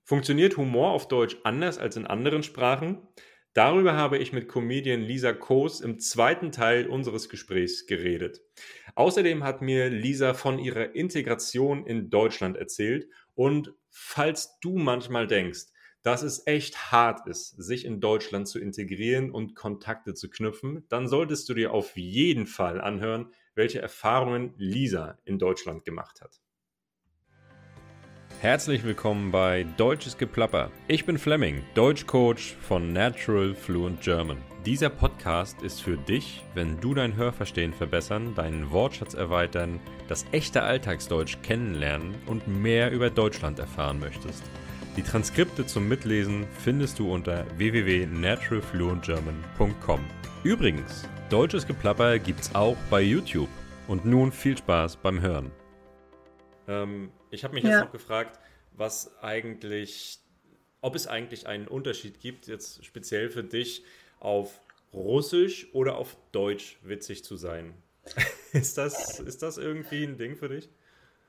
Funktioniert Humor auf Deutsch anders als in anderen Sprachen? Darüber habe ich mit Comedian Lisa Koos im zweiten Teil unseres Gesprächs geredet. Außerdem hat mir Lisa von ihrer Integration in Deutschland erzählt und falls du manchmal denkst, dass es echt hart ist, sich in Deutschland zu integrieren und Kontakte zu knüpfen, dann solltest du dir auf jeden Fall anhören, welche Erfahrungen Lisa in Deutschland gemacht hat. Herzlich willkommen bei Deutsches Geplapper. Ich bin Flemming, Deutschcoach von Natural Fluent German. Dieser Podcast ist für dich, wenn du dein Hörverstehen verbessern, deinen Wortschatz erweitern, das echte Alltagsdeutsch kennenlernen und mehr über Deutschland erfahren möchtest. Die Transkripte zum Mitlesen findest du unter www.naturalfluentgerman.com. Übrigens, Deutsches Geplapper gibt's auch bei YouTube. Und nun viel Spaß beim Hören. Ich habe mich jetzt noch gefragt, ob es eigentlich einen Unterschied gibt, jetzt speziell für dich, auf Russisch oder auf Deutsch witzig zu sein. Ist das irgendwie ein Ding für dich?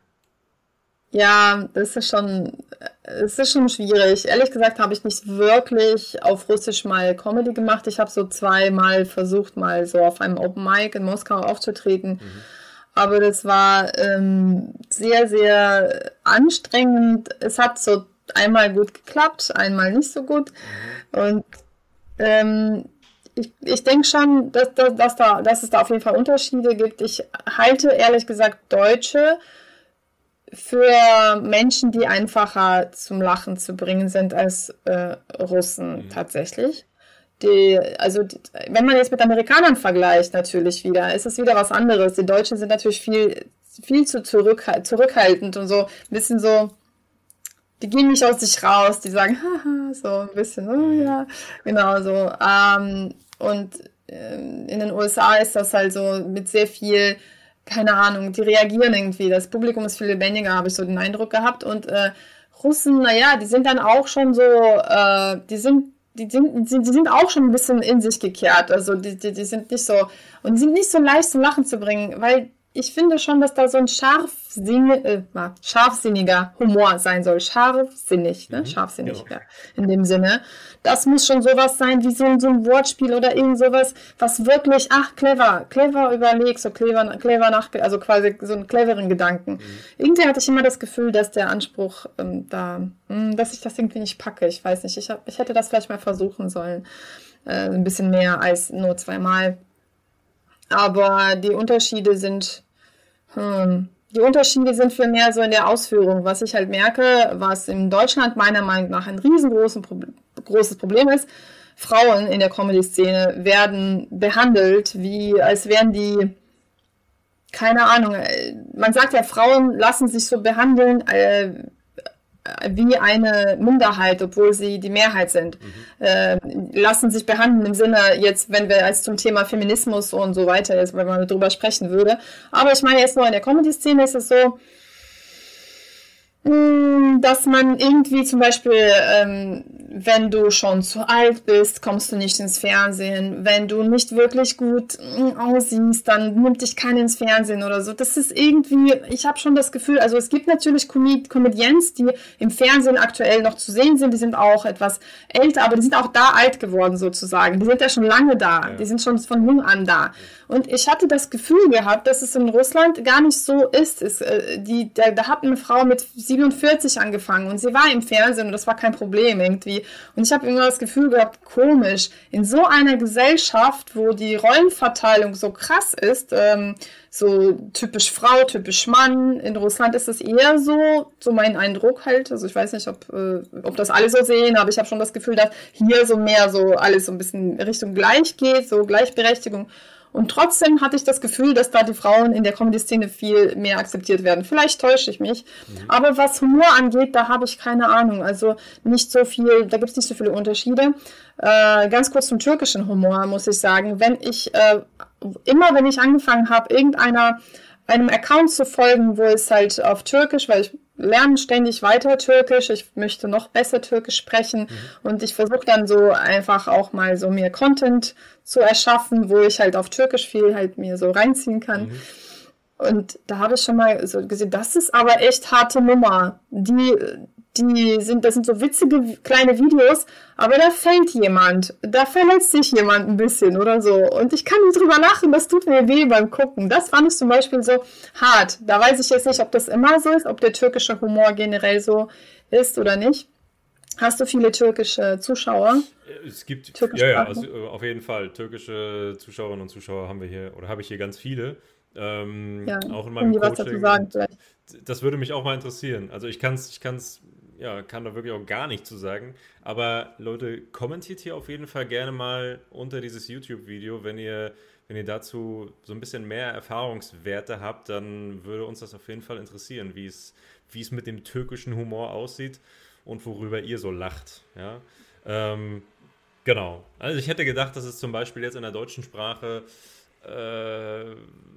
Ja, das ist schon schwierig. Ehrlich gesagt habe ich nicht wirklich auf Russisch mal Comedy gemacht. Ich habe so zweimal versucht, mal so auf einem Open Mic in Moskau aufzutreten. Aber das war sehr, sehr anstrengend. Es hat so einmal gut geklappt, einmal nicht so gut. Und ich denke schon, dass es da auf jeden Fall Unterschiede gibt. Ich halte ehrlich gesagt Deutsche für Menschen, die einfacher zum Lachen zu bringen sind als Russen tatsächlich. Wenn man jetzt mit Amerikanern vergleicht, natürlich wieder, ist es wieder was anderes. Die Deutschen sind natürlich viel zu zurückhaltend und so ein bisschen so, die gehen nicht aus sich raus, die sagen, haha, so ein bisschen, oh ja, genau so. Und in den USA ist das halt so mit sehr viel, keine Ahnung, die reagieren irgendwie. Das Publikum ist viel lebendiger, habe ich so den Eindruck gehabt. Und Russen, naja, die sind dann auch schon so, die sind auch schon ein bisschen in sich gekehrt. Also die sind nicht so, und die sind nicht so leicht zum Lachen zu bringen, weil ich finde schon, dass da so ein scharfsinniger Humor sein soll. Scharfsinnig, ne? Scharfsinnig, ja, in dem Sinne. Das muss schon sowas sein wie so ein Wortspiel oder irgend sowas, was wirklich, clever überlegt, so clever also quasi so einen cleveren Gedanken. Irgendwie hatte ich immer das Gefühl, dass der Anspruch dass ich das irgendwie nicht packe. Ich weiß nicht, ich hätte das vielleicht mal versuchen sollen. Ein bisschen mehr als nur zweimal. Aber die Unterschiede sind viel mehr so in der Ausführung. Was ich halt merke, was in Deutschland meiner Meinung nach ein großes Problem ist, Frauen in der Comedy-Szene werden behandelt, als wären die, keine Ahnung, man sagt ja, Frauen lassen sich so behandeln, wie eine Minderheit, obwohl sie die Mehrheit sind. Lassen sich behandeln im Sinne, jetzt, wenn wir als zum Thema Feminismus und so weiter, jetzt, wenn man darüber sprechen würde. Aber ich meine, jetzt nur in der Comedy-Szene ist es so, dass man irgendwie zum Beispiel, wenn du schon zu alt bist, kommst du nicht ins Fernsehen. Wenn du nicht wirklich gut aussiehst, dann nimmt dich keiner ins Fernsehen oder so. Das ist irgendwie, ich habe schon das Gefühl, also es gibt natürlich Comedians, die im Fernsehen aktuell noch zu sehen sind, die sind auch etwas älter, aber die sind auch da alt geworden sozusagen. Die sind ja schon lange da, die sind schon von jung an da. Und ich hatte das Gefühl gehabt, dass es in Russland gar nicht so ist. Da hat eine Frau mit 47 angefangen und sie war im Fernsehen und das war kein Problem irgendwie. Und ich habe immer das Gefühl gehabt, komisch, in so einer Gesellschaft, wo die Rollenverteilung so krass ist, so typisch Frau, typisch Mann, in Russland ist es eher so mein Eindruck halt, also ich weiß nicht, ob das alle so sehen, aber ich habe schon das Gefühl, dass hier so mehr so alles so ein bisschen Richtung gleich geht, so Gleichberechtigung. Und trotzdem hatte ich das Gefühl, dass da die Frauen in der Comedy-Szene viel mehr akzeptiert werden. Vielleicht täusche ich mich. Aber was Humor angeht, da habe ich keine Ahnung. Also nicht so viel, da gibt es nicht so viele Unterschiede. Ganz kurz zum türkischen Humor muss ich sagen. Wenn ich angefangen habe, einem Account zu folgen, wo es halt auf Türkisch, weil ich lerne ständig weiter Türkisch, ich möchte noch besser Türkisch sprechen und ich versuche dann so einfach auch mal so mehr Content zu erschaffen, wo ich halt auf Türkisch viel halt mir so reinziehen kann. Und da habe ich schon mal so gesehen, das ist aber echt harte Nummer. Die das sind so witzige kleine Videos, aber da fällt jemand, da verletzt sich jemand ein bisschen oder so. Und ich kann nicht drüber lachen, das tut mir weh beim Gucken. Das fand ich zum Beispiel so hart. Da weiß ich jetzt nicht, ob das immer so ist, ob der türkische Humor generell so ist oder nicht. Hast du viele türkische Zuschauer? Es gibt, Türkischsprachige? also auf jeden Fall, türkische Zuschauerinnen und Zuschauer haben wir hier, oder habe ich hier ganz viele, Ja, auch in können meinem die was dazu Coaching sagen und vielleicht? das würde mich auch mal interessieren. Also kann da wirklich auch gar nichts zu sagen, aber Leute, kommentiert hier auf jeden Fall gerne mal unter dieses YouTube-Video, wenn ihr dazu so ein bisschen mehr Erfahrungswerte habt, dann würde uns das auf jeden Fall interessieren, wie es mit dem türkischen Humor aussieht und worüber ihr so lacht. Ja? Ähm, genau. Also ich hätte gedacht, dass es zum Beispiel jetzt in der deutschen Sprache, äh,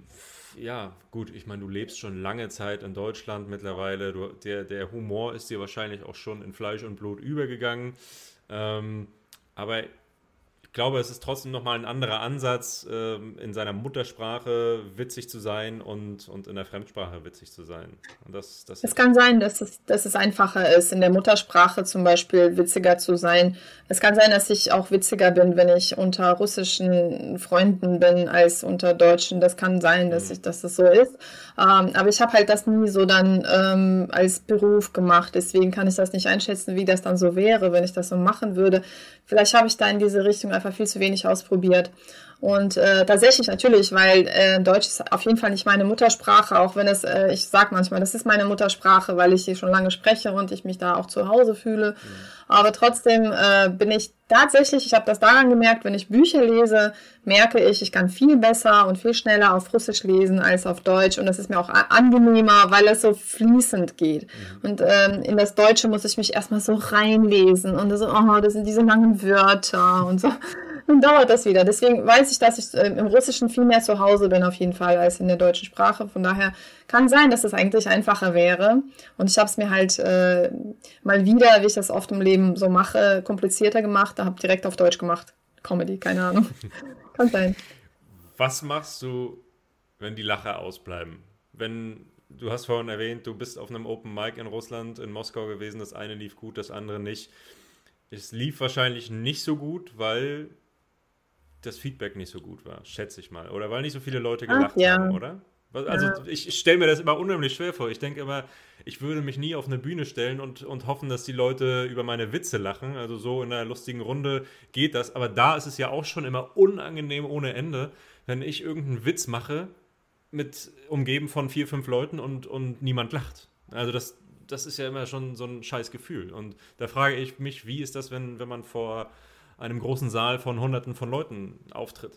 ja, gut, ich meine, du lebst schon lange Zeit in Deutschland mittlerweile. Der Humor ist dir wahrscheinlich auch schon in Fleisch und Blut übergegangen. Ähm, aber ich glaube, es ist trotzdem nochmal ein anderer Ansatz, in seiner Muttersprache witzig zu sein und in der Fremdsprache witzig zu sein. Und das Es kann sein, dass es einfacher ist, in der Muttersprache zum Beispiel witziger zu sein. Es kann sein, dass ich auch witziger bin, wenn ich unter russischen Freunden bin, als unter Deutschen. Das kann sein, hm, dass es so ist. Aber ich habe halt das nie so dann als Beruf gemacht. Deswegen kann ich das nicht einschätzen, wie das dann so wäre, wenn ich das so machen würde. Vielleicht habe ich da in diese Richtung einfach viel zu wenig ausprobiert. Und tatsächlich natürlich, weil Deutsch ist auf jeden Fall nicht meine Muttersprache, auch wenn ich sage manchmal, das ist meine Muttersprache, weil ich sie schon lange spreche und ich mich da auch zu Hause fühle. hm, Aber trotzdem bin ich tatsächlich, ich habe das daran gemerkt, wenn ich Bücher lese, merke ich kann viel besser und viel schneller auf Russisch lesen als auf Deutsch. Und das ist mir auch angenehmer, weil es so fließend geht. mhm. Und in das Deutsche muss ich mich erstmal so reinlesen und so, oh, das sind diese langen Wörter und so. Dann dauert das wieder. Deswegen weiß ich, dass ich im Russischen viel mehr zu Hause bin, auf jeden Fall, als in der deutschen Sprache. Von daher kann sein, dass es eigentlich einfacher wäre. Und ich habe es mir halt mal wieder, wie ich das oft im Leben so mache, komplizierter gemacht. Da habe direkt auf Deutsch gemacht. Comedy, keine Ahnung. Kann sein. Was machst du, wenn die Lacher ausbleiben? Du hast vorhin erwähnt, du bist auf einem Open Mic in Russland, in Moskau gewesen, das eine lief gut, das andere nicht. Es lief wahrscheinlich nicht so gut, weil das Feedback nicht so gut war, schätze ich mal. Oder weil nicht so viele Leute Ach gelacht haben, ja, oder? Also ja. ich stelle mir das immer unheimlich schwer vor. Ich denke immer, ich würde mich nie auf eine Bühne stellen und hoffen, dass die Leute über meine Witze lachen. Also so in einer lustigen Runde geht das. Aber da ist es ja auch schon immer unangenehm ohne Ende, wenn ich irgendeinen Witz mache, umgeben von 4, 5 Leuten und niemand lacht. Also das ist ja immer schon so ein scheiß Gefühl. Und da frage ich mich, wie ist das, wenn man vor einem großen Saal von Hunderten von Leuten auftritt?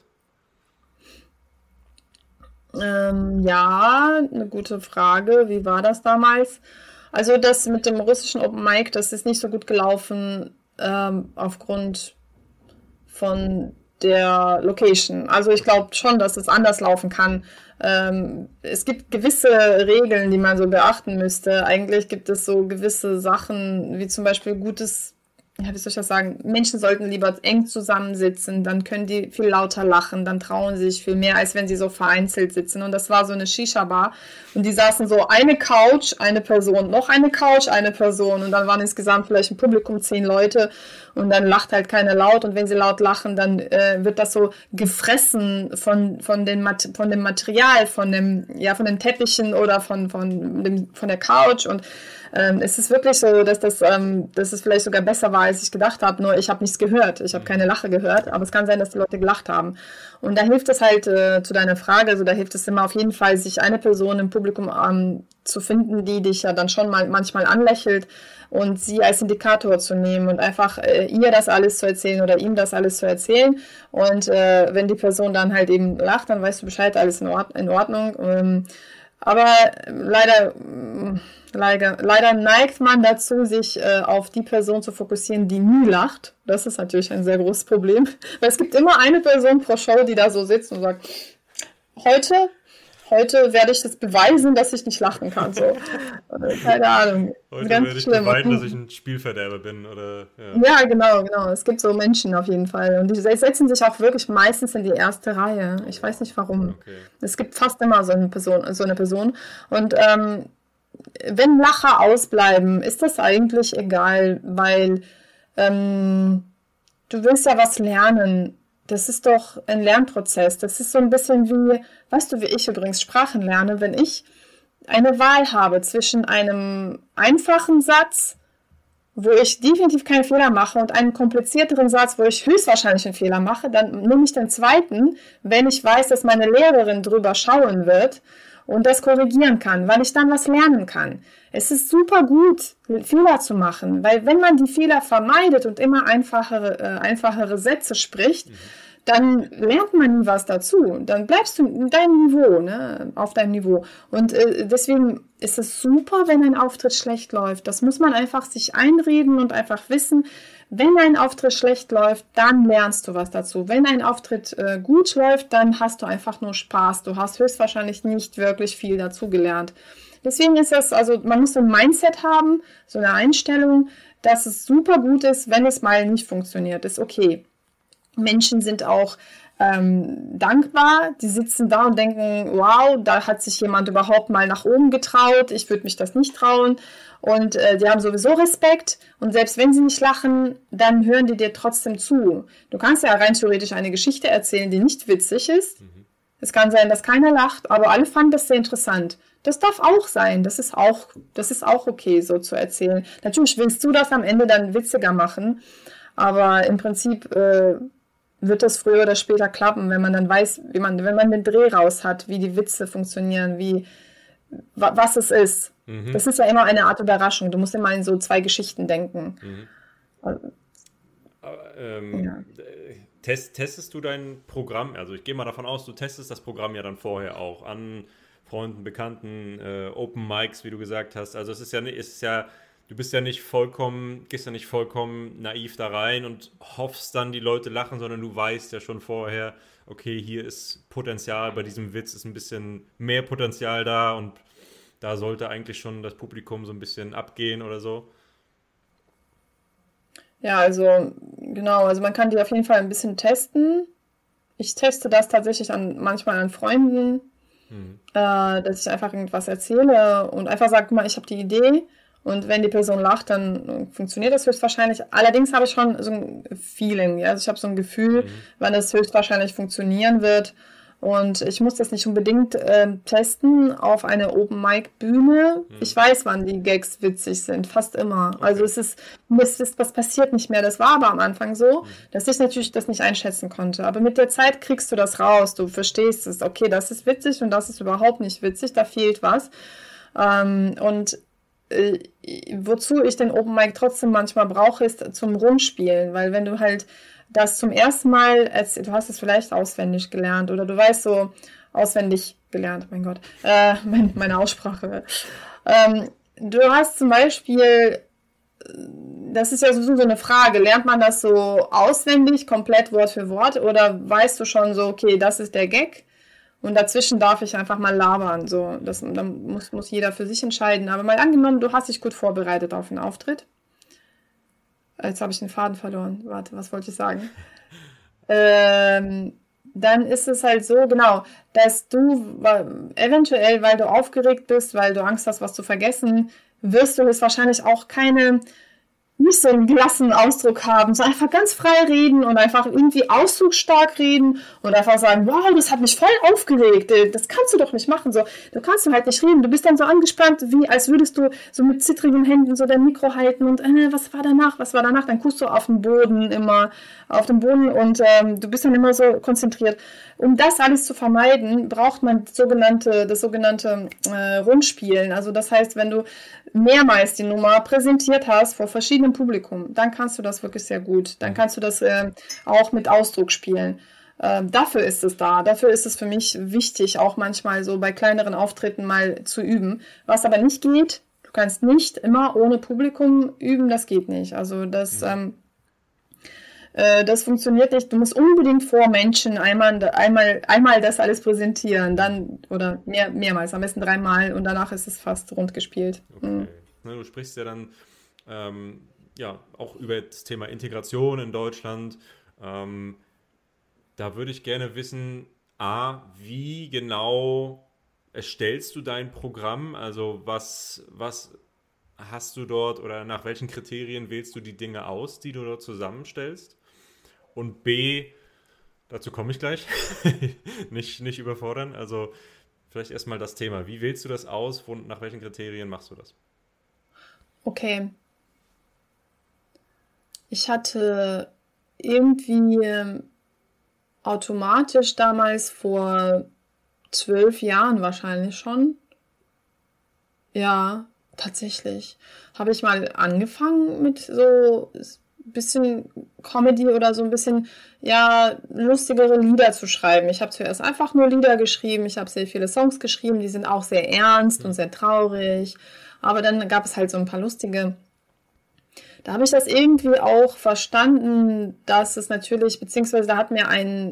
Ja, eine gute Frage. Wie war das damals? Also das mit dem russischen Open Mic, das ist nicht so gut gelaufen aufgrund von der Location. Also ich glaube schon, dass es anders laufen kann. Es gibt gewisse Regeln, die man so beachten müsste. Eigentlich gibt es so gewisse Sachen, wie zum Beispiel ja, wie soll ich das sagen? Menschen sollten lieber eng zusammensitzen, dann können die viel lauter lachen, dann trauen sie sich viel mehr, als wenn sie so vereinzelt sitzen. Und das war so eine Shisha-Bar. Und die saßen so eine Couch, eine Person, noch eine Couch, eine Person. Und dann waren insgesamt vielleicht im Publikum 10 Leute. Und dann lacht halt keiner laut. Und wenn sie laut lachen, dann wird das so gefressen von dem Material, von den Teppichen oder von der Couch. Und es ist wirklich so, dass es vielleicht sogar besser war, als ich gedacht habe. Nur ich habe nichts gehört. Ich habe keine Lache gehört. Aber es kann sein, dass die Leute gelacht haben. Und da hilft es halt zu deiner Frage, also da hilft es immer auf jeden Fall, sich eine Person im Publikum zu finden, die dich ja dann schon mal manchmal anlächelt und sie als Indikator zu nehmen und einfach ihr das alles zu erzählen oder ihm das alles zu erzählen. Und wenn die Person dann halt eben lacht, dann weißt du Bescheid, alles in Ordnung. Aber leider neigt man dazu, sich auf die Person zu fokussieren, die nie lacht. Das ist natürlich ein sehr großes Problem. Weil es gibt immer eine Person pro Show, die da so sitzt und sagt, heute, heute werde ich das beweisen, dass ich nicht lachen kann. So. Keine Ahnung. Heute Ganz werde ich schlimm. beweisen, dass ich ein Spielverderber bin, oder ja. Ja, genau. Es gibt so Menschen auf jeden Fall. Und die setzen sich auch wirklich meistens in die erste Reihe. Ich weiß nicht warum. Okay. Es gibt fast immer so eine Person. Und wenn Lacher ausbleiben, ist das eigentlich egal, weil du willst ja was lernen. Das ist doch ein Lernprozess. Das ist so ein bisschen wie, weißt du, wie ich übrigens Sprachen lerne, wenn ich eine Wahl habe zwischen einem einfachen Satz, wo ich definitiv keinen Fehler mache, und einen komplizierteren Satz, wo ich höchstwahrscheinlich einen Fehler mache, dann nehme ich den zweiten, wenn ich weiß, dass meine Lehrerin drüber schauen wird und das korrigieren kann, weil ich dann was lernen kann. Es ist super gut, Fehler zu machen, weil wenn man die Fehler vermeidet und immer einfachere Sätze spricht, dann lernt man nie was dazu. Dann bleibst du in deinem Niveau, ne? Auf deinem Niveau. Und deswegen ist es super, wenn ein Auftritt schlecht läuft. Das muss man einfach sich einreden und einfach wissen, wenn ein Auftritt schlecht läuft, dann lernst du was dazu. Wenn ein Auftritt gut läuft, dann hast du einfach nur Spaß. Du hast höchstwahrscheinlich nicht wirklich viel dazu gelernt. Deswegen ist es, also man muss so ein Mindset haben, so eine Einstellung, dass es super gut ist, wenn es mal nicht funktioniert. Ist okay. Menschen sind auch dankbar, die sitzen da und denken, wow, da hat sich jemand überhaupt mal nach oben getraut, ich würde mich das nicht trauen, und die haben sowieso Respekt, und selbst wenn sie nicht lachen, dann hören die dir trotzdem zu. Du kannst ja rein theoretisch eine Geschichte erzählen, die nicht witzig ist. Es kann sein, dass keiner lacht, aber alle fanden das sehr interessant. Das darf auch sein, das ist auch okay, so zu erzählen. Natürlich willst du das am Ende dann witziger machen, aber im Prinzip wird das früher oder später klappen, wenn man dann weiß, wenn man den Dreh raus hat, wie die Witze funktionieren, was es ist. Das ist ja immer eine Art Überraschung. Du musst immer in so zwei Geschichten denken. Also, ja. Testest du dein Programm? Also ich gehe mal davon aus, du testest das Programm ja dann vorher auch an Freunden, Bekannten, Open Mics, wie du gesagt hast. Also du bist ja nicht gehst ja nicht vollkommen naiv da rein und hoffst dann, die Leute lachen, sondern du weißt ja schon vorher, okay, hier ist Potenzial, bei diesem Witz ist ein bisschen mehr Potenzial da und da sollte eigentlich schon das Publikum so ein bisschen abgehen oder so. Ja, also genau, also man kann die auf jeden Fall ein bisschen testen. Ich teste das tatsächlich manchmal an Freunden, dass ich einfach irgendwas erzähle und einfach sage, guck mal, ich habe die Idee, und wenn die Person lacht, dann funktioniert das höchstwahrscheinlich. Allerdings habe ich schon so ein Feeling, ja? Also ich habe so ein Gefühl, wann das höchstwahrscheinlich funktionieren wird. Und ich muss das nicht unbedingt testen auf eine Open-Mic-Bühne. Ich weiß, wann die Gags witzig sind, fast immer. Also was passiert nicht mehr. Das war aber am Anfang so, dass ich natürlich das nicht einschätzen konnte. Aber mit der Zeit kriegst du das raus. Du verstehst es. Okay, das ist witzig und das ist überhaupt nicht witzig. Da fehlt was. Und wozu ich den Open Mic trotzdem manchmal brauche, ist zum Rundspielen, weil wenn du halt das zum ersten Mal, du hast es vielleicht auswendig gelernt oder du weißt so auswendig gelernt, mein Gott, meine Aussprache. Du hast zum Beispiel, das ist ja sowieso so eine Frage, lernt man das so auswendig, komplett Wort für Wort, oder weißt du schon so, okay, das ist der Gag? Und dazwischen darf ich einfach mal labern. So, dann muss jeder für sich entscheiden. Aber mal angenommen, du hast dich gut vorbereitet auf einen Auftritt. Jetzt habe ich den Faden verloren. Warte, was wollte ich sagen? Dann ist es halt so, genau, dass du eventuell, weil du aufgeregt bist, weil du Angst hast, was zu vergessen, wirst du es wahrscheinlich auch nicht so einen blassen Ausdruck haben, so einfach ganz frei reden und einfach irgendwie ausdrucksstark reden und einfach sagen, wow, das hat mich voll aufgeregt, das kannst du doch nicht machen, so, du kannst halt nicht reden, du bist dann so angespannt, wie als würdest du so mit zittrigen Händen so dein Mikro halten und was war danach, dann guckst du auf den Boden und du bist dann immer so konzentriert. Um das alles zu vermeiden, braucht man das sogenannte Rundspielen, also das heißt, wenn du mehrmals die Nummer präsentiert hast vor verschiedenen Publikum, dann kannst du das wirklich sehr gut. Dann kannst du das auch mit Ausdruck spielen. Dafür ist es da. Dafür ist es für mich wichtig, auch manchmal so bei kleineren Auftritten mal zu üben. Was aber nicht geht, du kannst nicht immer ohne Publikum üben, das geht nicht. Also das funktioniert nicht. Du musst unbedingt vor Menschen einmal das alles präsentieren, dann oder mehrmals, am besten 3-mal, und danach ist es fast rund gespielt. Okay. Du sprichst ja dann auch über das Thema Integration in Deutschland. Da würde ich gerne wissen, wie genau erstellst du dein Programm? Also was hast du dort oder nach welchen Kriterien wählst du die Dinge aus, die du dort zusammenstellst? Und B, dazu komme ich gleich, nicht überfordern, also vielleicht erstmal das Thema. Wie wählst du das aus und nach welchen Kriterien machst du das? Okay, ich hatte irgendwie automatisch damals vor 12 Jahren wahrscheinlich schon. Ja, tatsächlich. Habe ich mal angefangen mit so ein bisschen Comedy oder so ein bisschen, ja, lustigere Lieder zu schreiben. Ich habe zuerst einfach nur Lieder geschrieben. Ich habe sehr viele Songs geschrieben, die sind auch sehr ernst und sehr traurig. Aber dann gab es halt so ein paar lustige. Da habe ich das irgendwie auch verstanden, dass es natürlich, beziehungsweise da hat mir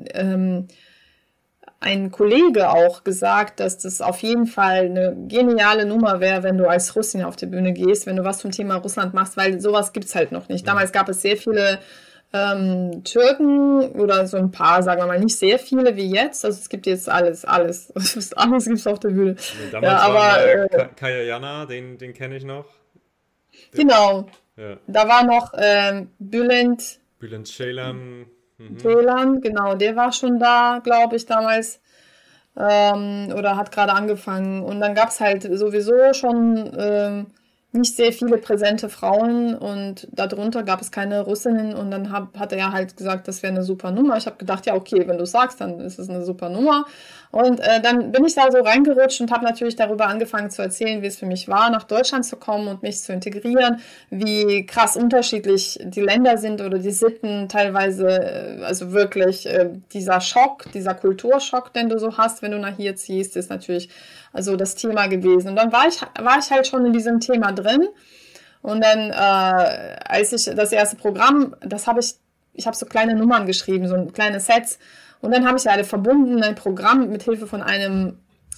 ein Kollege auch gesagt, dass das auf jeden Fall eine geniale Nummer wäre, wenn du als Russin auf die Bühne gehst, wenn du was zum Thema Russland machst, weil sowas gibt es halt noch nicht. Damals gab es sehr viele Türken oder so ein paar, sagen wir mal, nicht sehr viele wie jetzt. Also es gibt jetzt alles. Alles gibt es auf der Bühne. Damals Ja, war aber Kaya Jana, den kenne ich noch. genau, Ja. da war noch Bülent Bülent Ceylan. Ceylan, genau, der war schon da, glaube ich, damals. Oder hat gerade angefangen. Und dann gab es halt sowieso schon nicht sehr viele präsente Frauen und darunter gab es keine Russinnen und dann hat er halt gesagt, das wäre eine super Nummer. Ich habe gedacht, ja okay, wenn du sagst, dann ist es eine super Nummer. Und dann bin ich da so reingerutscht und habe natürlich darüber angefangen zu erzählen, wie es für mich war, nach Deutschland zu kommen und mich zu integrieren, wie krass unterschiedlich die Länder sind oder die Sitten teilweise, also wirklich dieser Schock, dieser Kulturschock, den du so hast, wenn du nach hier ziehst, ist natürlich also das Thema gewesen. Und dann war ich halt schon in diesem Thema drin. Und dann, als ich das erste Programm, ich habe so kleine Nummern geschrieben, so kleine Sets. Und dann habe ich alle verbunden, ein Programm mit Hilfe von einem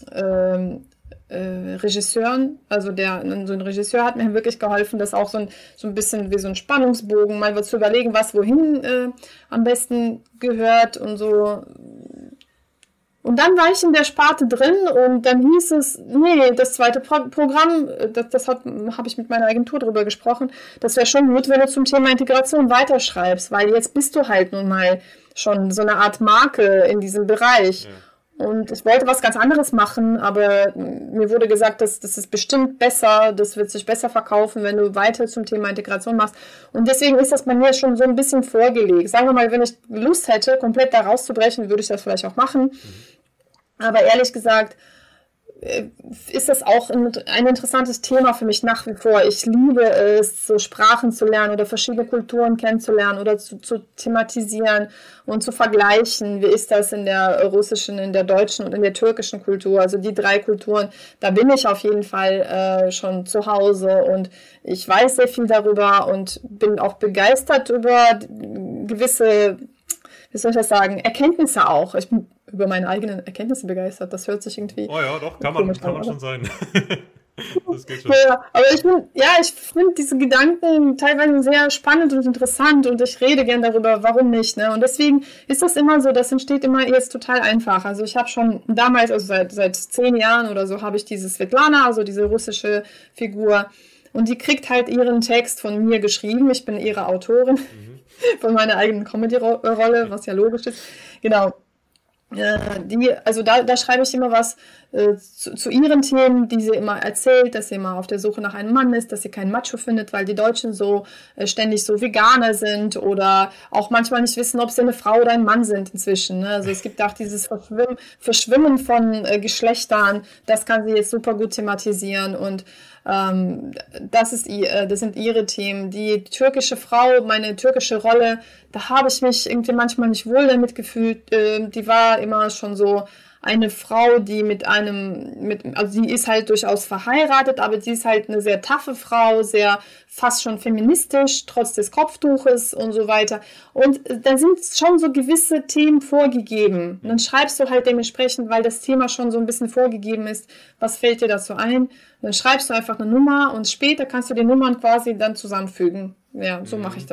Regisseur. Also so ein Regisseur hat mir wirklich geholfen, das auch so ein bisschen wie so ein Spannungsbogen, mal zu überlegen, was wohin am besten gehört und so. Und dann war ich in der Sparte drin und dann hieß es, nee, das zweite Programm, das habe ich mit meiner Agentur drüber gesprochen, das wäre schon gut, wenn du zum Thema Integration weiterschreibst, weil jetzt bist du halt nun mal schon so eine Art Marke in diesem Bereich. Ja. Und ich wollte was ganz anderes machen, aber mir wurde gesagt, das ist bestimmt besser, das wird sich besser verkaufen, wenn du weiter zum Thema Integration machst. Und deswegen ist das bei mir schon so ein bisschen vorgelegt. Sagen wir mal, wenn ich Lust hätte, komplett da rauszubrechen, würde ich das vielleicht auch machen. Aber ehrlich gesagt, ist das auch ein interessantes Thema für mich nach wie vor. Ich liebe es, so Sprachen zu lernen oder verschiedene Kulturen kennenzulernen oder zu thematisieren und zu vergleichen. Wie ist das in der russischen, in der deutschen und in der türkischen Kultur? Also die 3 Kulturen, da bin ich auf jeden Fall schon zu Hause und ich weiß sehr viel darüber und bin auch begeistert über gewisse, wie soll ich das sagen, Erkenntnisse auch. Ich bin über meine eigenen Erkenntnisse begeistert. Das hört sich irgendwie... Oh ja, doch, kann man schon sein. Das geht schon. Ja, aber ich finde diese Gedanken teilweise sehr spannend und interessant und ich rede gern darüber, warum nicht. Ne? Und deswegen ist das immer so, das entsteht immer jetzt total einfach. Also ich habe schon damals, also seit 10 Jahren oder so, habe ich diese Svetlana, also diese russische Figur, und die kriegt halt ihren Text von mir geschrieben. Ich bin ihre Autorin von meiner eigenen Comedy-Rolle, was ja logisch ist. Genau. Da schreibe ich immer was zu ihren Themen, die sie immer erzählt, dass sie immer auf der Suche nach einem Mann ist, dass sie keinen Macho findet, weil die Deutschen so ständig so Veganer sind oder auch manchmal nicht wissen, ob sie eine Frau oder ein Mann sind inzwischen. Ne? Also es gibt auch dieses Verschwimmen von Geschlechtern, das kann sie jetzt super gut thematisieren und das sind ihre Themen. Die türkische Frau, meine türkische Rolle, da habe ich mich irgendwie manchmal nicht wohl damit gefühlt. Die war immer schon so eine Frau, die also die ist halt durchaus verheiratet, aber sie ist halt eine sehr taffe Frau, sehr fast schon feministisch, trotz des Kopftuches und so weiter. Und da sind schon so gewisse Themen vorgegeben. Und dann schreibst du halt dementsprechend, weil das Thema schon so ein bisschen vorgegeben ist, was fällt dir dazu ein? Und dann schreibst du einfach eine Nummer und später kannst du die Nummern quasi dann zusammenfügen. Ja, so mache ich das.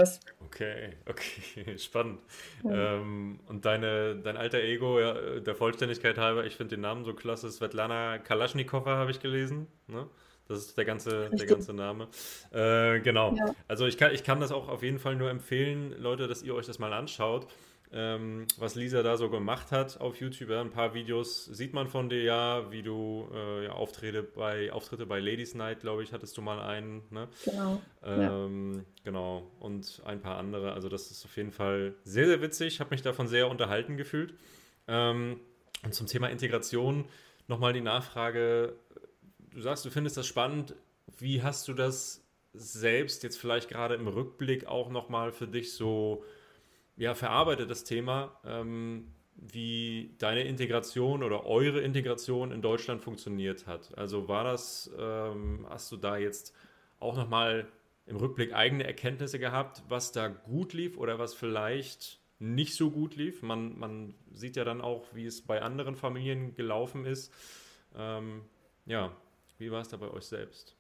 Okay, spannend. Ja. Und dein alter Ego, ja, der Vollständigkeit halber, ich finde den Namen so klasse, Svetlana Kalaschnikowa habe ich gelesen, ne? Das ist der Richtig. ganze Name. Genau. Ja. Also ich kann das auch auf jeden Fall nur empfehlen, Leute, dass ihr euch das mal anschaut, was Lisa da so gemacht hat auf YouTube. Ja, ein paar Videos sieht man von dir ja, wie du ja, Auftritte bei Ladies Night, glaube ich, hattest du mal einen, ne? Genau. Ja. Genau, und ein paar andere. Also das ist auf jeden Fall sehr, sehr witzig. Ich habe mich davon sehr unterhalten gefühlt. Ähm, und zum Thema Integration nochmal die Nachfrage. Du sagst, du findest das spannend. Wie hast du das selbst jetzt vielleicht gerade im Rückblick auch nochmal für dich so ja, verarbeitet, das Thema, wie deine Integration oder eure Integration in Deutschland funktioniert hat? Also hast du da jetzt auch nochmal im Rückblick eigene Erkenntnisse gehabt, was da gut lief oder was vielleicht nicht so gut lief? Man sieht ja dann auch, wie es bei anderen Familien gelaufen ist. Ähm, ja, wie war es da bei euch selbst?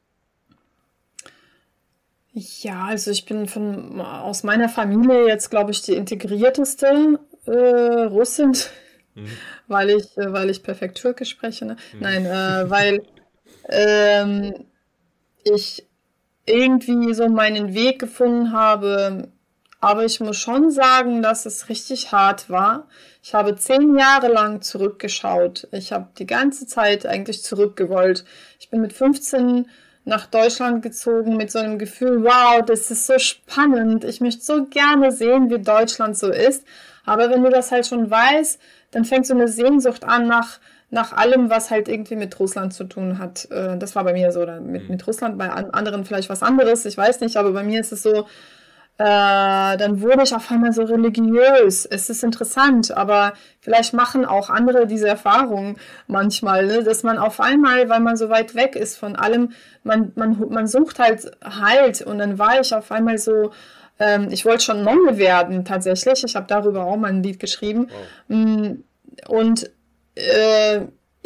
Ja, also ich bin aus meiner Familie jetzt, glaube ich, die integrierteste Russin, Mhm. weil ich perfekt Türkisch spreche. Ne? Mhm. Nein, weil ähm, ich irgendwie so meinen Weg gefunden habe. Aber ich muss schon sagen, dass es richtig hart war. Ich habe 10 Jahre lang zurückgeschaut. Ich habe die ganze Zeit eigentlich zurückgewollt. Ich bin mit 15 nach Deutschland gezogen mit so einem Gefühl, wow, das ist so spannend. Ich möchte so gerne sehen, wie Deutschland so ist. Aber wenn du das halt schon weißt, dann fängt so eine Sehnsucht an nach allem, was halt irgendwie mit Russland zu tun hat. Das war bei mir so, oder Mhm. mit Russland, bei anderen vielleicht was anderes, ich weiß nicht, aber bei mir ist es so, dann wurde ich auf einmal so religiös. Es ist interessant, aber vielleicht machen auch andere diese Erfahrung manchmal, ne? Dass man auf einmal, weil man so weit weg ist von allem, man sucht halt. Und dann war ich auf einmal so, ich wollte schon Nonne werden tatsächlich. Ich habe darüber auch mal ein Lied geschrieben. Wow. Mm, Und äh,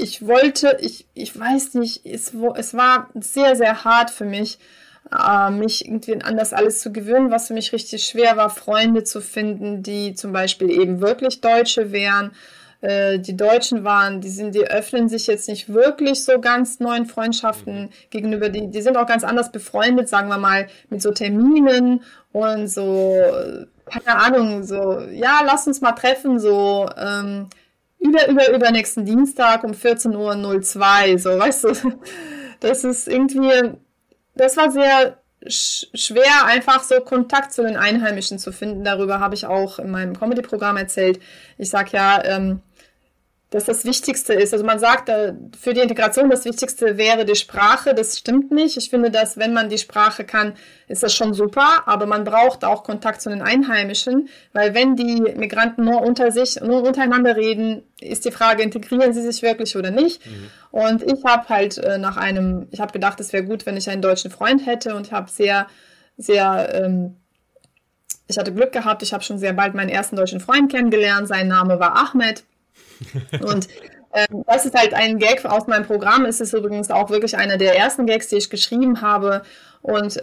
ich weiß nicht, es war sehr, sehr hart für mich, mich irgendwie an das alles zu gewöhnen, was für mich richtig schwer war, Freunde zu finden, die zum Beispiel eben wirklich Deutsche wären. Die Deutschen waren, die öffnen sich jetzt nicht wirklich so ganz neuen Mhm. Freundschaften gegenüber, die sind auch ganz anders befreundet, sagen wir mal, mit so Terminen und so, keine Ahnung, so, ja, lass uns mal treffen, so, übernächsten Dienstag um 14:02 Uhr, so, weißt du, das ist irgendwie, das war sehr schwer, einfach so Kontakt zu den Einheimischen zu finden. Darüber habe ich auch in meinem Comedy-Programm erzählt. Ich sage ja, dass das Wichtigste ist. Also man sagt, für die Integration das Wichtigste wäre die Sprache. Das stimmt nicht. Ich finde, dass wenn man die Sprache kann, ist das schon super. Aber man braucht auch Kontakt zu den Einheimischen, weil wenn die Migranten nur untereinander reden, ist die Frage, integrieren sie sich wirklich oder nicht? Mhm. Und ich habe halt ich habe gedacht, es wäre gut, wenn ich einen deutschen Freund hätte und habe sehr, ich hatte Glück gehabt. Ich habe schon sehr bald meinen ersten deutschen Freund kennengelernt. Sein Name war Ahmed. Und das ist halt ein Gag aus meinem Programm. Es ist übrigens auch wirklich einer der ersten Gags, die ich geschrieben habe. Und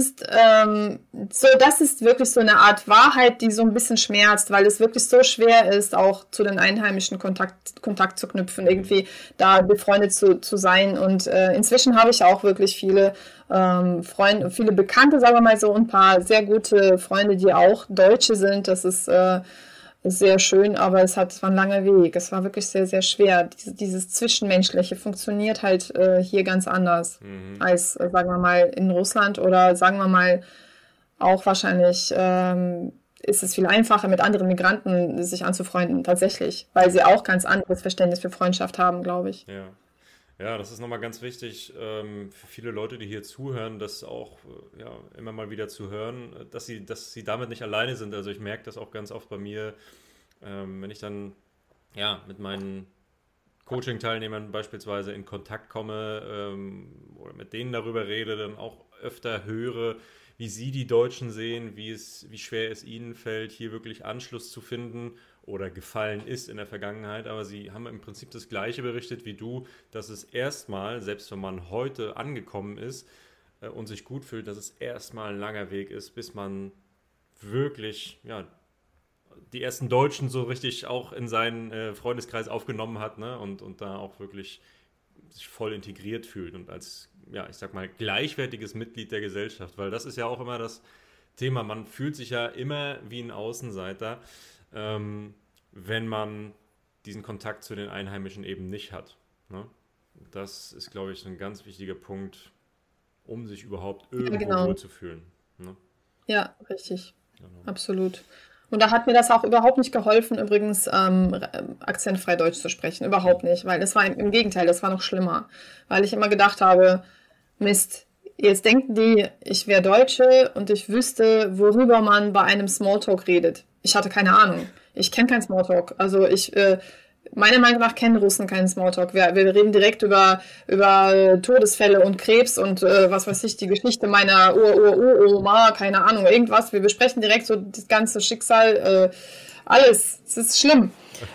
das ist wirklich so eine Art Wahrheit, die so ein bisschen schmerzt, weil es wirklich so schwer ist, auch zu den Einheimischen Kontakt zu knüpfen, Mhm. irgendwie da befreundet zu sein. Und inzwischen habe ich auch wirklich Freunde, viele Bekannte, sagen wir mal so, und ein paar sehr gute Freunde, die auch Deutsche sind. Das ist sehr schön, aber es war ein langer Weg. Es war wirklich sehr, sehr schwer. Dieses Zwischenmenschliche funktioniert halt hier ganz anders Mhm. als, sagen wir mal, in Russland oder sagen wir mal auch wahrscheinlich ist es viel einfacher, mit anderen Migranten sich anzufreunden, tatsächlich, weil sie auch ganz anderes Verständnis für Freundschaft haben, glaube ich. Ja. Ja, das ist nochmal ganz wichtig für viele Leute, die hier zuhören, das auch ja, immer mal wieder zu hören, dass sie damit nicht alleine sind. Also ich merke das auch ganz oft bei mir, wenn ich dann ja, mit meinen Coaching-Teilnehmern beispielsweise in Kontakt komme oder mit denen darüber rede, dann auch öfter höre, wie sie die Deutschen sehen, wie schwer es ihnen fällt, hier wirklich Anschluss zu finden oder gefallen ist in der Vergangenheit. Aber sie haben im Prinzip das Gleiche berichtet wie du, dass es erstmal, selbst wenn man heute angekommen ist und sich gut fühlt, dass es erstmal ein langer Weg ist, bis man wirklich, ja, die ersten Deutschen so richtig auch in seinen Freundeskreis aufgenommen hat, ne? Und da auch wirklich sich voll integriert fühlt und als, ja, ich sag mal, gleichwertiges Mitglied der Gesellschaft, weil das ist ja auch immer das Thema, man fühlt sich ja immer wie ein Außenseiter, wenn man diesen Kontakt zu den Einheimischen eben nicht hat. Ne? Das ist, glaube ich, ein ganz wichtiger Punkt, um sich überhaupt irgendwo wohlzufühlen. Ne? Ja, richtig. Genau. Absolut. Und da hat mir das auch überhaupt nicht geholfen, übrigens akzentfrei Deutsch zu sprechen. Überhaupt nicht, weil das war im Gegenteil, das war noch schlimmer. Weil ich immer gedacht habe, Mist, jetzt denken die, ich wäre Deutsche und ich wüsste, worüber man bei einem Smalltalk redet. Ich hatte keine Ahnung. Ich kenne keinen Smalltalk. Also meiner Meinung nach kennen Russen keinen Smalltalk. Wir reden direkt über Todesfälle und Krebs und was weiß ich, die Geschichte meiner Oma, keine Ahnung, irgendwas. Wir besprechen direkt so das ganze Schicksal, alles. Es ist schlimm.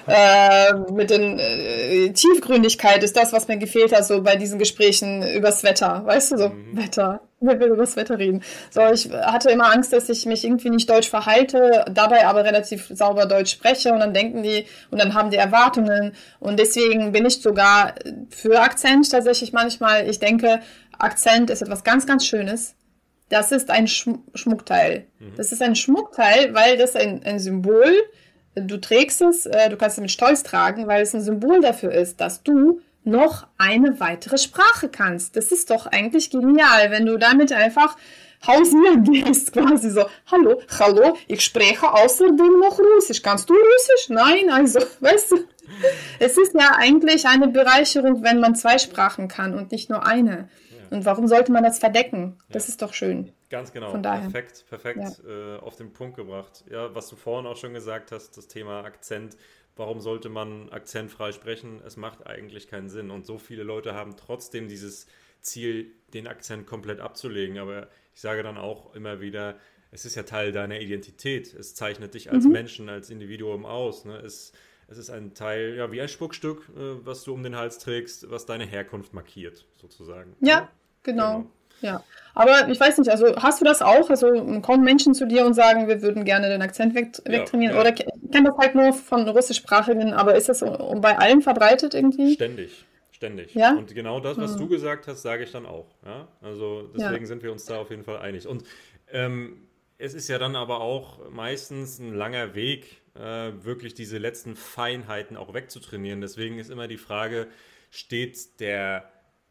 Mit den Tiefgründigkeit ist das, was mir gefehlt hat, so bei diesen Gesprächen übers Wetter. Weißt du, so Wetter. Wir will über das Wetter reden. So, ich hatte immer Angst, dass ich mich irgendwie nicht deutsch verhalte, dabei aber relativ sauber Deutsch spreche und dann denken die, und dann haben die Erwartungen und deswegen bin ich sogar für Akzent tatsächlich manchmal, ich denke, Akzent ist etwas ganz, ganz Schönes. Das ist ein Schmuckteil. Das ist ein Schmuckteil, weil das ein Symbol, du trägst es, du kannst es mit Stolz tragen, weil es ein Symbol dafür ist, dass du noch eine weitere Sprache kannst. Das ist doch eigentlich genial, wenn du damit einfach hausieren gehst, quasi so, hallo, ich spreche außerdem noch Russisch. Kannst du Russisch? Nein, also, weißt du, es ist ja eigentlich eine Bereicherung, wenn man 2 Sprachen kann und nicht nur eine. Ja. Und warum sollte man das verdecken? Das ist doch schön. Ganz genau, von daher. Perfekt auf den Punkt gebracht. Ja, was du vorhin auch schon gesagt hast, das Thema Akzent. Warum sollte man akzentfrei sprechen? Es macht eigentlich keinen Sinn. Und so viele Leute haben trotzdem dieses Ziel, den Akzent komplett abzulegen. Aber ich sage dann auch immer wieder, es ist ja Teil deiner Identität. Es zeichnet dich als Menschen, als Individuum aus. Ne? Es ist ein Teil, ja, wie ein Schmuckstück, was du um den Hals trägst, was deine Herkunft markiert, sozusagen. Ja, genau. Ja, aber ich weiß nicht, also hast du das auch? Also kommen Menschen zu dir und sagen, wir würden gerne den Akzent wegtrainieren? Ja. Oder ich kenne das halt nur von Russischsprachigen, aber ist das bei allen verbreitet irgendwie? Ständig. Ja? Und genau das, was du gesagt hast, sage ich dann auch. Ja? Also deswegen sind wir uns da auf jeden Fall einig. Und es ist ja dann aber auch meistens ein langer Weg, wirklich diese letzten Feinheiten auch wegzutrainieren. Deswegen ist immer die Frage, steht der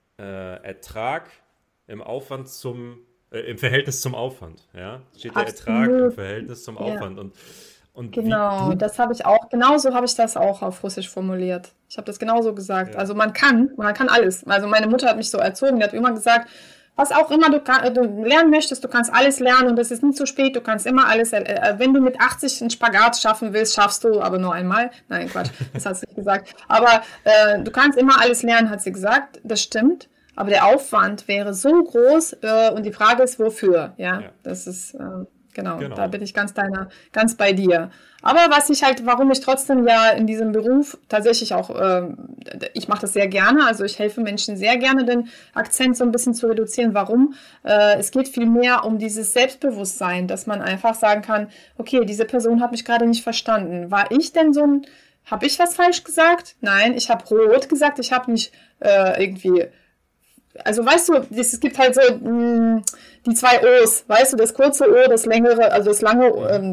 Ertrag im Verhältnis zum Aufwand, ja? Steht der Ertrag im Verhältnis zum Aufwand und genau, genauso habe ich das auch auf Russisch formuliert. Ich habe das genauso gesagt. Ja. Also man kann alles. Also meine Mutter hat mich so erzogen, die hat immer gesagt, was auch immer du lernen möchtest, du kannst alles lernen und es ist nie zu spät, du kannst immer alles, wenn du mit 80 einen Spagat schaffen willst, schaffst du, aber nur einmal. Nein, Quatsch, das hat sie nicht gesagt. Aber du kannst immer alles lernen, hat sie gesagt, das stimmt. Aber der Aufwand wäre so groß und die Frage ist, wofür? Ja. Das ist, genau, da bin ich ganz bei dir. Aber warum ich trotzdem ja in diesem Beruf tatsächlich auch, ich mache das sehr gerne, also ich helfe Menschen sehr gerne, den Akzent so ein bisschen zu reduzieren. Warum? Es geht viel mehr um dieses Selbstbewusstsein, dass man einfach sagen kann, okay, diese Person hat mich gerade nicht verstanden. War ich denn habe ich was falsch gesagt? Nein, ich habe rot gesagt, ich habe nicht irgendwie... Also weißt du, es gibt halt so die 2 O's, weißt du, das kurze O, das längere, also das lange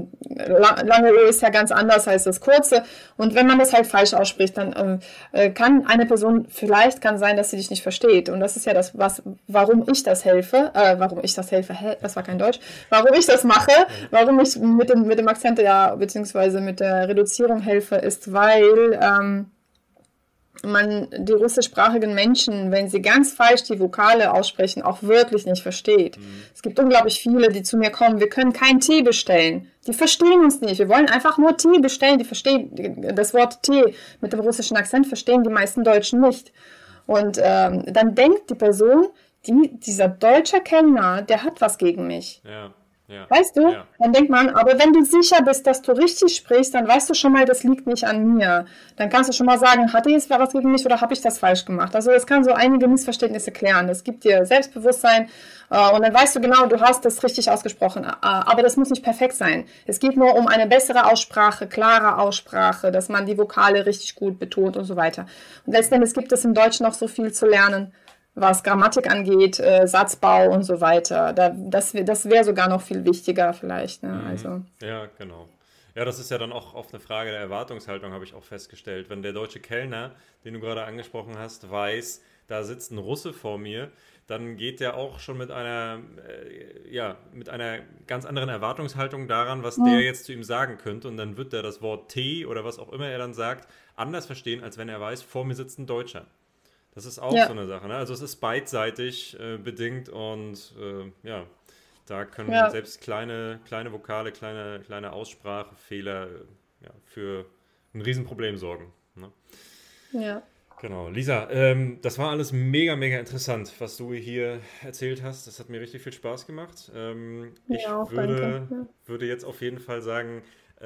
O ist ja ganz anders als das kurze und wenn man das halt falsch ausspricht, dann kann eine Person, vielleicht kann sein, dass sie dich nicht versteht und das ist ja das, warum ich das helfe, das war kein Deutsch, warum ich das mache, warum ich mit dem Akzent beziehungsweise mit der Reduzierung helfe, ist, weil man die russischsprachigen Menschen, wenn sie ganz falsch die Vokale aussprechen, auch wirklich nicht versteht. Es gibt unglaublich viele, die zu mir kommen, wir können keinen Tee bestellen. Die verstehen uns nicht. Wir wollen einfach nur Tee bestellen. Die verstehen das Wort Tee mit dem russischen Akzent verstehen die meisten Deutschen nicht. Und dann denkt die Person, dieser deutsche Kellner, der hat was gegen mich. Ja. ja, Weißt du? ja. Dann denkt man, aber wenn du sicher bist, dass du richtig sprichst, dann weißt du schon mal, das liegt nicht an mir. Dann kannst du schon mal sagen, hatte jetzt wer was gegen mich oder habe ich das falsch gemacht? Also das kann so einige Missverständnisse klären. Das gibt dir Selbstbewusstsein und dann weißt du genau, du hast das richtig ausgesprochen. Aber das muss nicht perfekt sein. Es geht nur um eine bessere Aussprache, klare Aussprache, dass man die Vokale richtig gut betont und so weiter. Und letztendlich gibt es im Deutschen noch so viel zu lernen, was Grammatik angeht, Satzbau und so weiter. Das wäre sogar noch viel wichtiger vielleicht. Ne? Also, Ja, genau. Ja, das ist ja dann auch oft eine Frage der Erwartungshaltung, habe ich auch festgestellt. Wenn der deutsche Kellner, den du gerade angesprochen hast, weiß, da sitzt ein Russe vor mir, dann geht der auch schon mit einer ganz anderen Erwartungshaltung daran, was der jetzt zu ihm sagen könnte. Und dann wird er das Wort Tee oder was auch immer er dann sagt, anders verstehen, als wenn er weiß, vor mir sitzt ein Deutscher. Das ist auch so eine Sache, ne? Also es ist beidseitig bedingt und da können selbst kleine Vokale, kleine Aussprachefehler für ein Riesenproblem sorgen. Ne? ja. Genau. Lisa, das war alles mega, mega interessant, was du hier erzählt hast. Das hat mir richtig viel Spaß gemacht. Ich Ja, auch danke. würde jetzt auf jeden Fall sagen,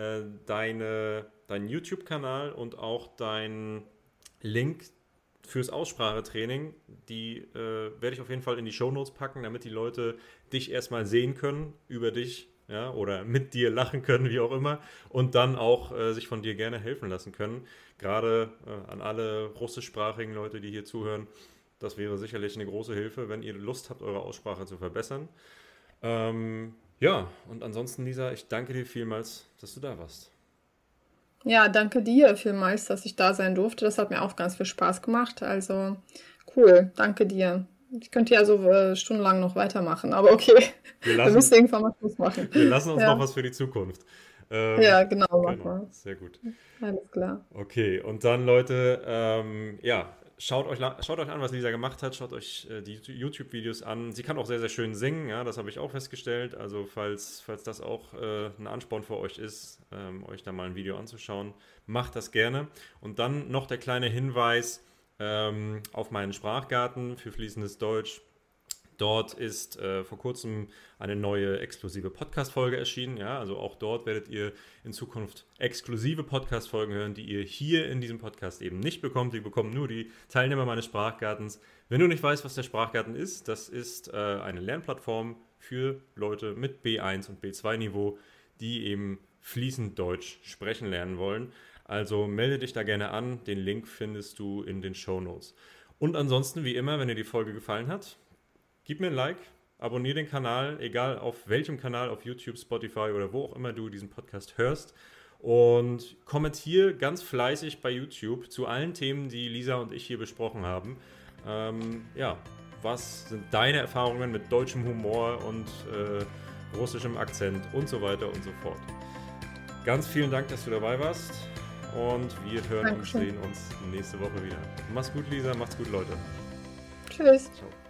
dein YouTube-Kanal und auch dein Link fürs Aussprachetraining, die werde ich auf jeden Fall in die Shownotes packen, damit die Leute dich erstmal sehen können, über dich, ja, oder mit dir lachen können, wie auch immer, und dann auch sich von dir gerne helfen lassen können. Gerade an alle russischsprachigen Leute, die hier zuhören, das wäre sicherlich eine große Hilfe, wenn ihr Lust habt, eure Aussprache zu verbessern. Und ansonsten, Lisa, ich danke dir vielmals, dass du da warst. Ja, danke dir vielmals, dass ich da sein durfte. Das hat mir auch ganz viel Spaß gemacht. Also cool, danke dir. Ich könnte ja so stundenlang noch weitermachen, aber okay, wir müssen irgendwann mal Schluss machen. Wir lassen uns Ja, noch was für die Zukunft. ja, genau, mach Genau, mal. sehr gut. Alles klar. Okay, und dann Leute, schaut euch an, was Lisa gemacht hat, schaut euch die YouTube-Videos an. Sie kann auch sehr, sehr schön singen, ja, das habe ich auch festgestellt. Also falls das auch ein Ansporn für euch ist, euch da mal ein Video anzuschauen, macht das gerne. Und dann noch der kleine Hinweis auf meinen Sprachgarten für fließendes Deutsch. Dort ist vor kurzem eine neue exklusive Podcast-Folge erschienen. Ja, also auch dort werdet ihr in Zukunft exklusive Podcast-Folgen hören, die ihr hier in diesem Podcast eben nicht bekommt. Die bekommen nur die Teilnehmer meines Sprachgartens. Wenn du nicht weißt, was der Sprachgarten ist, das ist eine Lernplattform für Leute mit B1 und B2-Niveau, die eben fließend Deutsch sprechen lernen wollen. Also melde dich da gerne an. Den Link findest du in den Shownotes. Und ansonsten, wie immer, wenn dir die Folge gefallen hat, gib mir ein Like, abonniere den Kanal, egal auf welchem Kanal, auf YouTube, Spotify oder wo auch immer du diesen Podcast hörst. Und kommentiere ganz fleißig bei YouTube zu allen Themen, die Lisa und ich hier besprochen haben. Was sind deine Erfahrungen mit deutschem Humor und russischem Akzent und so weiter und so fort. Ganz vielen Dank, dass du dabei warst. Und wir hören und Dankeschön. sehen uns nächste Woche wieder. Mach's gut, Lisa. Macht's gut, Leute. Tschüss. Ciao.